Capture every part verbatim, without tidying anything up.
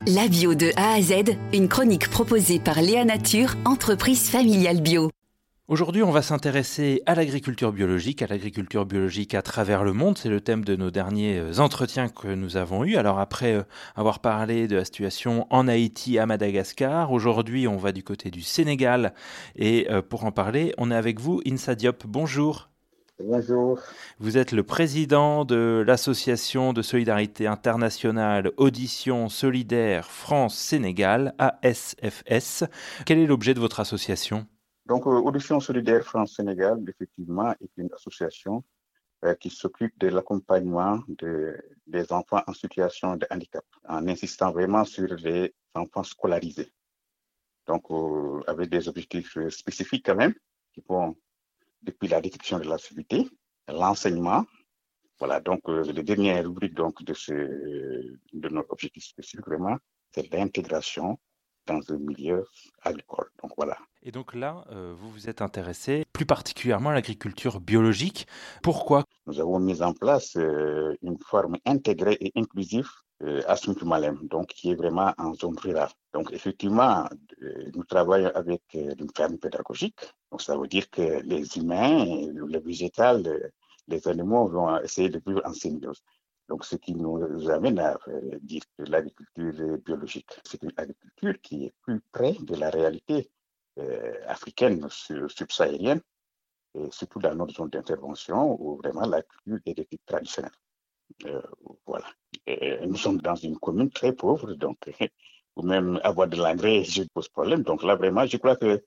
La bio de A à Z, une chronique proposée par Léa Nature, entreprise familiale bio. Aujourd'hui, on va s'intéresser à l'agriculture biologique, à l'agriculture biologique à travers le monde. C'est le thème de nos derniers entretiens que nous avons eus. Alors après avoir parlé de la situation en Haïti, à Madagascar, aujourd'hui on va du côté du Sénégal. Et pour en parler, on est avec vous, Insa Diop. Bonjour. Bonjour. Vous êtes le président de l'association de solidarité internationale Audition Solidaire France-Sénégal, A S F S. Quel est l'objet de votre association ? Donc, euh, Audition Solidaire France-Sénégal, effectivement, est une association euh, qui s'occupe de l'accompagnement de, des enfants en situation de handicap, en insistant vraiment sur les enfants scolarisés. Donc, euh, avec des objectifs spécifiques quand même, qui vont depuis la détection de la l'activité, l'enseignement. Voilà, donc euh, le dernier rubrique donc, de, ce, de notre objectif spécifique, vraiment, c'est l'intégration dans un milieu agricole. Donc voilà. Et donc là, euh, vous vous êtes intéressé plus particulièrement à l'agriculture biologique. Pourquoi ? Nous avons mis en place euh, une forme intégrée et inclusive euh, à Sumtumalem, donc qui est vraiment en zone rurale. Donc effectivement, euh, nous travaillons avec euh, une ferme pédagogique. Donc ça veut dire que les humains, le végétal, les animaux vont essayer de vivre en symbiose. Donc, ce qui nous amène à euh, dire que l'agriculture biologique, c'est une agriculture qui est plus près de la réalité euh, africaine, subsaharienne, et surtout dans notre zone d'intervention où vraiment l'agriculture est de type traditionnel. Euh, voilà. Et nous sommes dans une commune très pauvre, donc, ou même avoir de l'engrais, je pose problème. Donc là, vraiment, je crois que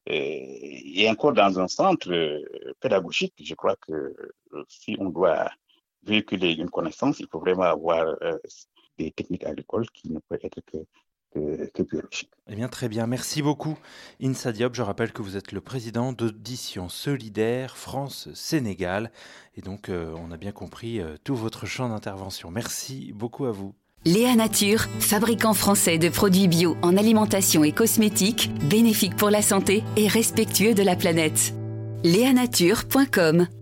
et encore dans un centre pédagogique, je crois que euh, si on doit véhiculer une connaissance, il faut vraiment avoir euh, des techniques agricoles qui ne peuvent être que, que, que biologiques. Eh bien, très bien. Merci beaucoup, Insa Diop. Je rappelle que vous êtes le président d'Audition Solidaire France-Sénégal. Et donc, euh, on a bien compris euh, tout votre champ d'intervention. Merci beaucoup à vous. Léa Nature, fabricant français de produits bio en alimentation et cosmétiques, bénéfiques pour la santé et respectueux de la planète. léa nature point com